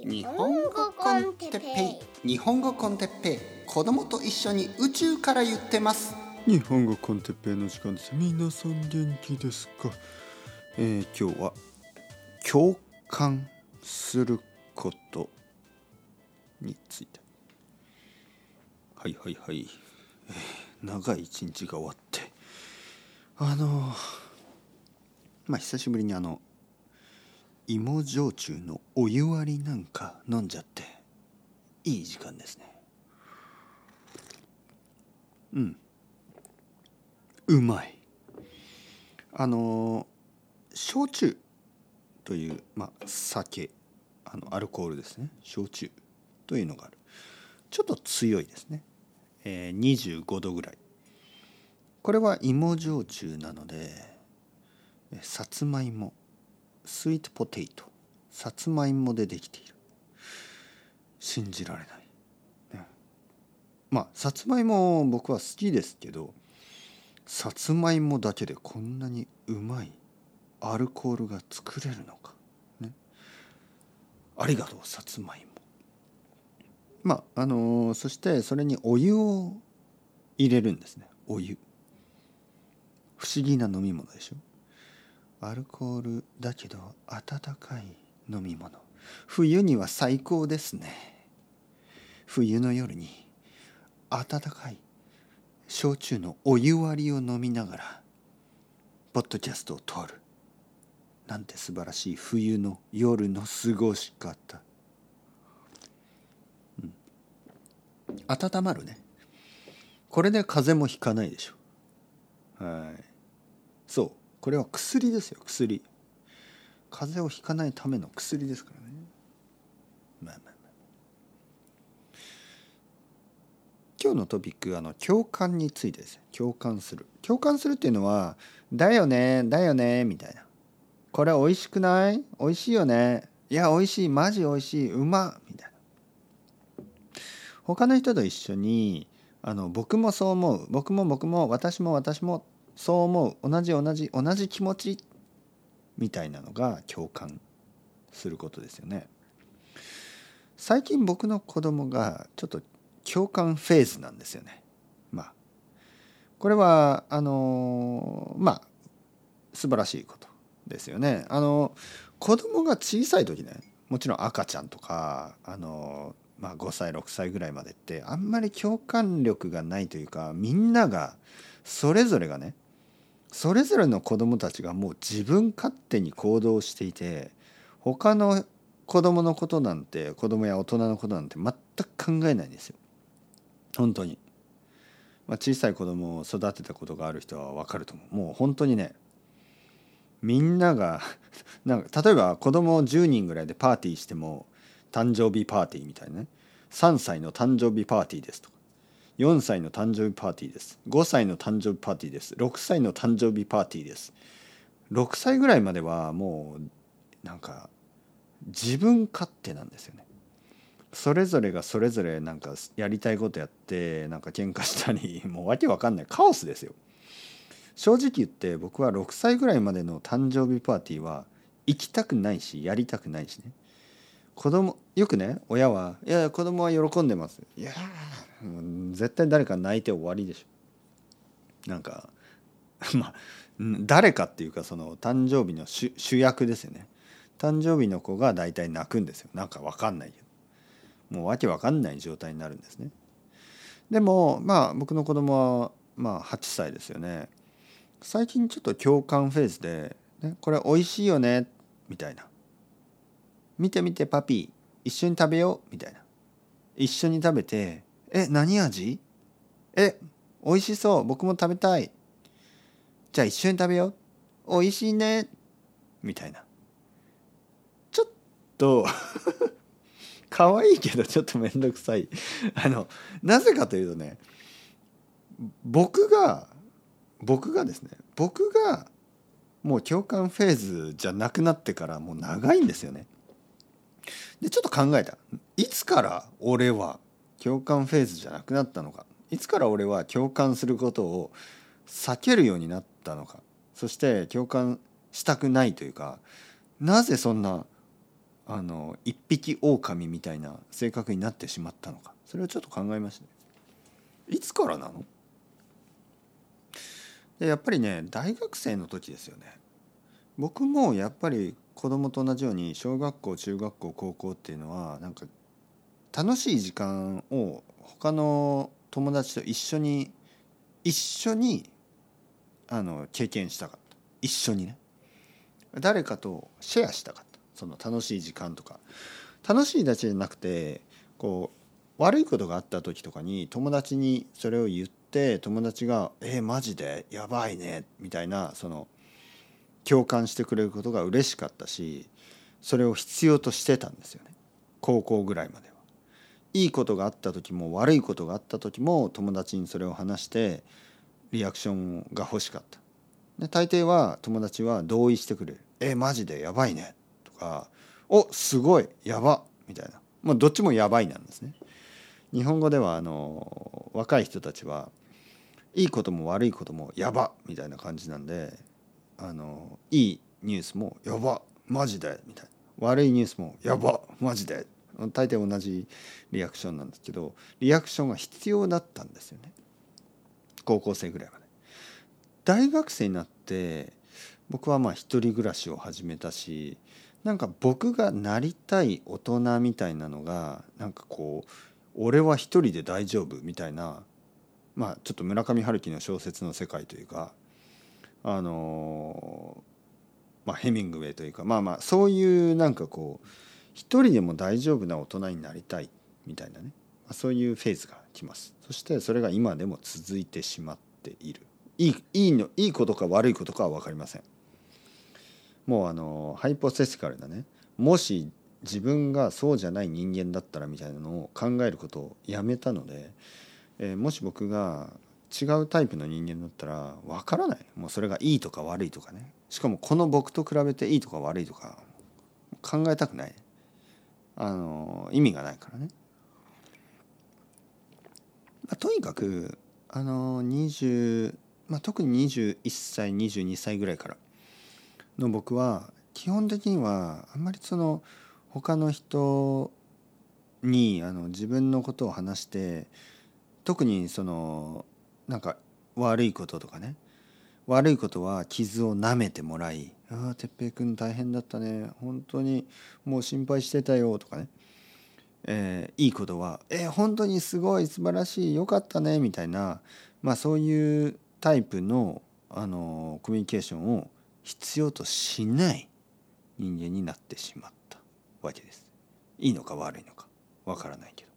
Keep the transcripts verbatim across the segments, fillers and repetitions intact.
日本語コンテッペイ日本語コンテッペイ子供と一緒に宇宙から言ってます。 日本語コンテッペイの時間です。皆さん元気ですか？えー、今日は共感することについて。はいはいはい、えー、長い一日が終わってあのまあ久しぶりにあの芋焼酎のお湯割りなんか飲んじゃっていい時間ですね。うんうまい。あの焼酎という、まあ、酒あのアルコールですね。焼酎というのがある。ちょっと強いですね、えー、にじゅうごどぐらい。これは芋焼酎なのでさつまいもスイートポテトさつまいもでできている。信じられない、ね、まあさつまいも僕は好きですけど、さつまいもだけでこんなにうまいアルコールが作れるのか、ね、ありがとうさつまいも。まああのー、そしてそれにお湯を入れるんですね。お湯不思議な飲み物でしょ。アルコールだけど温かい飲み物。冬には最高ですね。冬の夜に温かい焼酎のお湯割りを飲みながらポッドキャストを撮るなんて素晴らしい冬の夜の過ごし方、うん、温まるね。これで風邪もひかないでしょ。はい、そうこれは薬ですよ。薬風邪をひかないための薬ですからね。まあまあまあ、今日のトピックあの共感についてです。共感する共感するっていうのはだよねだよねみたいな、これ美味しくない美味しいよね、いや美味しいマジ美味しいうまみたいな。他の人と一緒にあの僕もそう思う僕も僕も私も私もそう思う同じ同じ同じ気持ちみたいなのが共感することですよね。最近僕の子供がちょっと共感フェーズなんですよね。まあこれはあのまあ素晴らしいことですよね。あの子供が小さい時ね、もちろん赤ちゃんとかあの、まあ、ごさいろくさいぐらいまでってあんまり共感力がないというか、みんながそれぞれがねそれぞれの子供たちがもう自分勝手に行動していて、他の子供のことなんて子供や大人のことなんて全く考えないんですよ。本当に、まあ、小さい子供を育てたことがある人は分かると思う。もう本当にねみんながなんか例えば子供じゅうにんぐらいでパーティーしても誕生日パーティーみたいなね、さんさいの誕生日パーティーですとかよんさいの誕生日パーティーです、ごさいの誕生日パーティーです、ろくさいの誕生日パーティーです。ろくさいぐらいまではもうなんか自分勝手なんですよね。それぞれがそれぞれなんかやりたいことやってなんか喧嘩したりもうわけわかんないカオスですよ。正直言って僕はろくさいぐらいまでの誕生日パーティーは行きたくないしやりたくないしね。子供よくね親はいや子供は喜んでます、いや絶対誰か泣いて終わりでしょ。なんかまあ誰かっていうかその誕生日の 主, 主役ですよね。誕生日の子が大体泣くんですよ。なんか分かんないけどもうわけ分かんない状態になるんですね。でもまあ僕の子供はまあはっさいですよね。最近ちょっと共感フェーズで、ね、これ美味しいよねみたいな、見て見てパピー一緒に食べようみたいな、一緒に食べてえ何味え美味しそう僕も食べたいじゃあ一緒に食べよう美味しいねみたいな、ちょっと可愛いけどちょっとめんどくさいあのなぜかというとね僕が僕がですね僕がもう共感フェーズじゃなくなってからもう長いんですよね。でちょっと考えた。いつから俺は共感フェーズじゃなくなったのか、いつから俺は共感することを避けるようになったのか、そして共感したくないというか、なぜそんなあの一匹狼みたいな性格になってしまったのか、それをちょっと考えました。いつからなの？でやっぱりね、大学生の時ですよね。僕もやっぱり子供と同じように小学校中学校高校っていうのはなんか楽しい時間を他の友達と一緒に一緒にあの経験したかった。一緒にね、誰かとシェアしたかった。その楽しい時間とか、楽しいだけじゃなくて、こう悪いことがあった時とかに友達にそれを言って、友達が「えー、マジでやばいね」みたいな、その共感してくれることが嬉しかったし、それを必要としてたんですよね。高校ぐらいまでは。いいことがあった時も悪いことがあった時も友達にそれを話してリアクションが欲しかった。で大抵は友達は同意してくれる。えマジでやばいねとか、おすごいやばみたいな、もうどっちもやばいなんですね。日本語ではあの若い人たちはいいことも悪いこともやばみたいな感じなんで、あのいいニュースもやばマジでみたいな、悪いニュースもやばマジで、大抵同じリアクションなんですけど、リアクションが必要だったんですよね、高校生ぐらいまで。大学生になって僕はまあ一人暮らしを始めたし、なんか僕がなりたい大人みたいなのがなんかこう俺は一人で大丈夫みたいな、まあちょっと村上春樹の小説の世界というか、あのまあヘミングウェイというか、まあまあそういうなんかこう一人でも大丈夫な大人になりたいみたいなね、そういうフェーズが来ます。そしてそれが今でも続いてしまっている。いい、いいのいいことか悪いことかは分かりません。もうあのハイポセシカルなね、もし自分がそうじゃない人間だったらみたいなのを考えることをやめたので、えー、もし僕が違うタイプの人間だったら分からない。もうそれがいいとか悪いとかね、しかもこの僕と比べていいとか悪いとか考えたくない。あの意味がないからね。まあ、とにかくあのにじゅう、まあ、特ににじゅういっさいにじゅうにさいぐらいからの僕は基本的にはあんまりその他の人にあの自分のことを話して、特にそのなんか悪いこととかね、悪いことは傷を舐めてもらい、ああ哲平君大変だったね、本当にもう心配してたよとかね、えー、いいことはえー、本当にすごい素晴らしいよかったねみたいな、まあそういうタイプのあのコミュニケーションを必要としない人間になってしまったわけです。いいのか悪いのかわからないけど、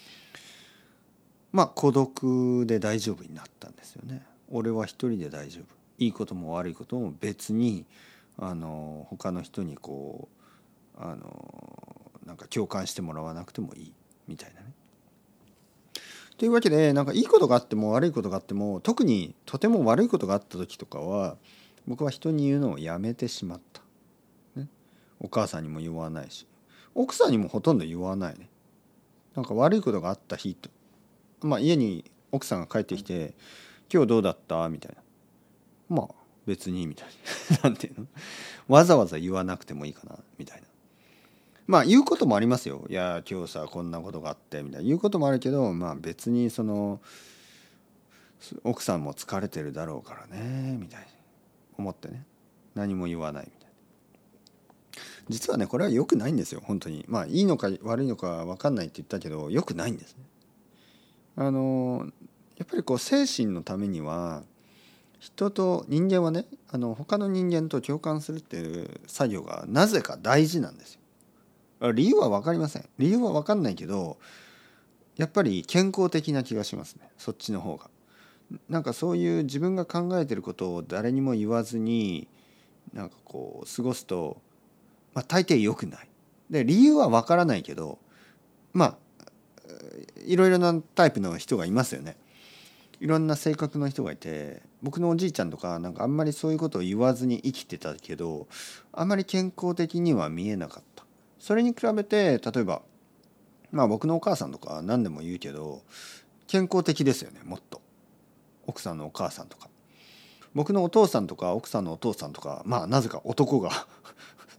まあ孤独で大丈夫になったんですよね。俺は一人で大丈夫、いいことも悪いことも別にあの他の人にこうあのなんか共感してもらわなくてもいいみたいなね。というわけで、なんかいいことがあっても悪いことがあっても、特にとても悪いことがあった時とかは僕は人に言うのをやめてしまった、ね、お母さんにも言わないし奥さんにもほとんど言わないね。なんか悪いことがあった日と、まあ家に奥さんが帰ってきて今日どうだったみたいな、まあ別にみたいななんていうの、わざわざ言わなくてもいいかなみたいな。まあ言うこともありますよ。いや今日さこんなことがあってみたいな言うこともあるけど、まあ別にその奥さんも疲れてるだろうからねみたいに思ってね、何も言わないみたいな。実はねこれは良くないんですよ本当に。まあいいのか悪いのか分かんないって言ったけど良くないんですね。あのやっぱりこう精神のためには人と人間はね、あの他の人間と共感するっていう作業がなぜか大事なんですよ。理由は分かりません。理由は分かんないけどやっぱり健康的な気がしますね、そっちの方が。なんかそういう自分が考えてることを誰にも言わずになんかこう過ごすと、まあ、大抵良くない。で理由は分からないけど、まあいろいろなタイプの人がいますよね。いろんな性格の人がいて、僕のおじいちゃんとかなんかあんまりそういうことを言わずに生きてたけどあんまり健康的には見えなかった。それに比べて例えばまあ僕のお母さんとか何でも言うけど健康的ですよね、もっと。奥さんのお母さんとか僕のお父さんとか奥さんのお父さんとか、まあなぜか男が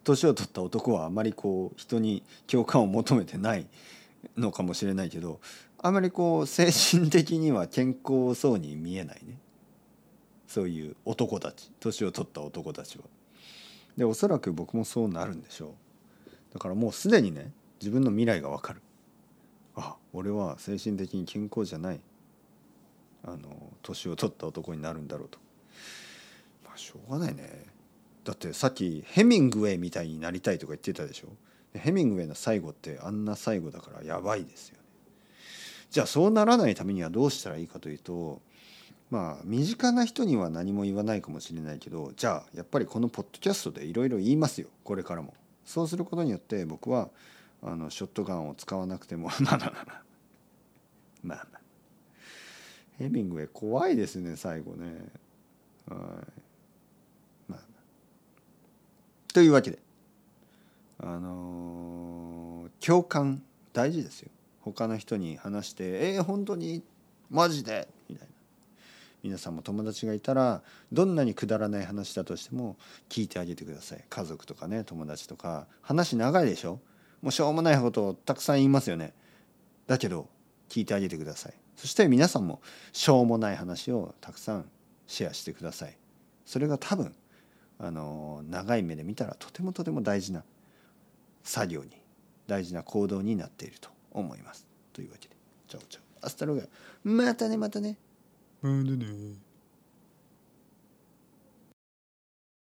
年を取った男はあまりこう人に共感を求めてないのかもしれないけど、あまりこう精神的には健康そうに見えないね、そういう男たち、年を取った男たちは。でおそらく僕もそうなるんでしょう。だからもうすでにね、自分の未来がわかる。あ、俺は精神的に健康じゃないあの年を取った男になるんだろうと。まあしょうがないね。だってさっきヘミングウェイみたいになりたいとか言ってたでしょ。ヘミングウェイの最後ってあんな最後だからやばいですよね。じゃあそうならないためにはどうしたらいいかというと、まあ身近な人には何も言わないかもしれないけど、じゃあやっぱりこのポッドキャストでいろいろ言いますよ、これからも。そうすることによって僕はあのショットガンを使わなくてもまあまあまあまあまあまあヘミングウェイ怖いですね最後ね。はい、まあ、というわけであのー共感大事ですよ。他の人に話して「えー、本当にマジで?」みたいな。皆さんも友達がいたらどんなにくだらない話だとしても聞いてあげてください。家族とかね、友達とか話長いでしょ。もうしょうもないことをたくさん言いますよね。だけど聞いてあげてください。そして皆さんもしょうもない話をたくさんシェアしてください。それが多分あの長い目で見たらとてもとても大事な作業に、大事な行動になっていると思います。というわけで、チャオチャオ、アスタロガ、またねまたね。またね。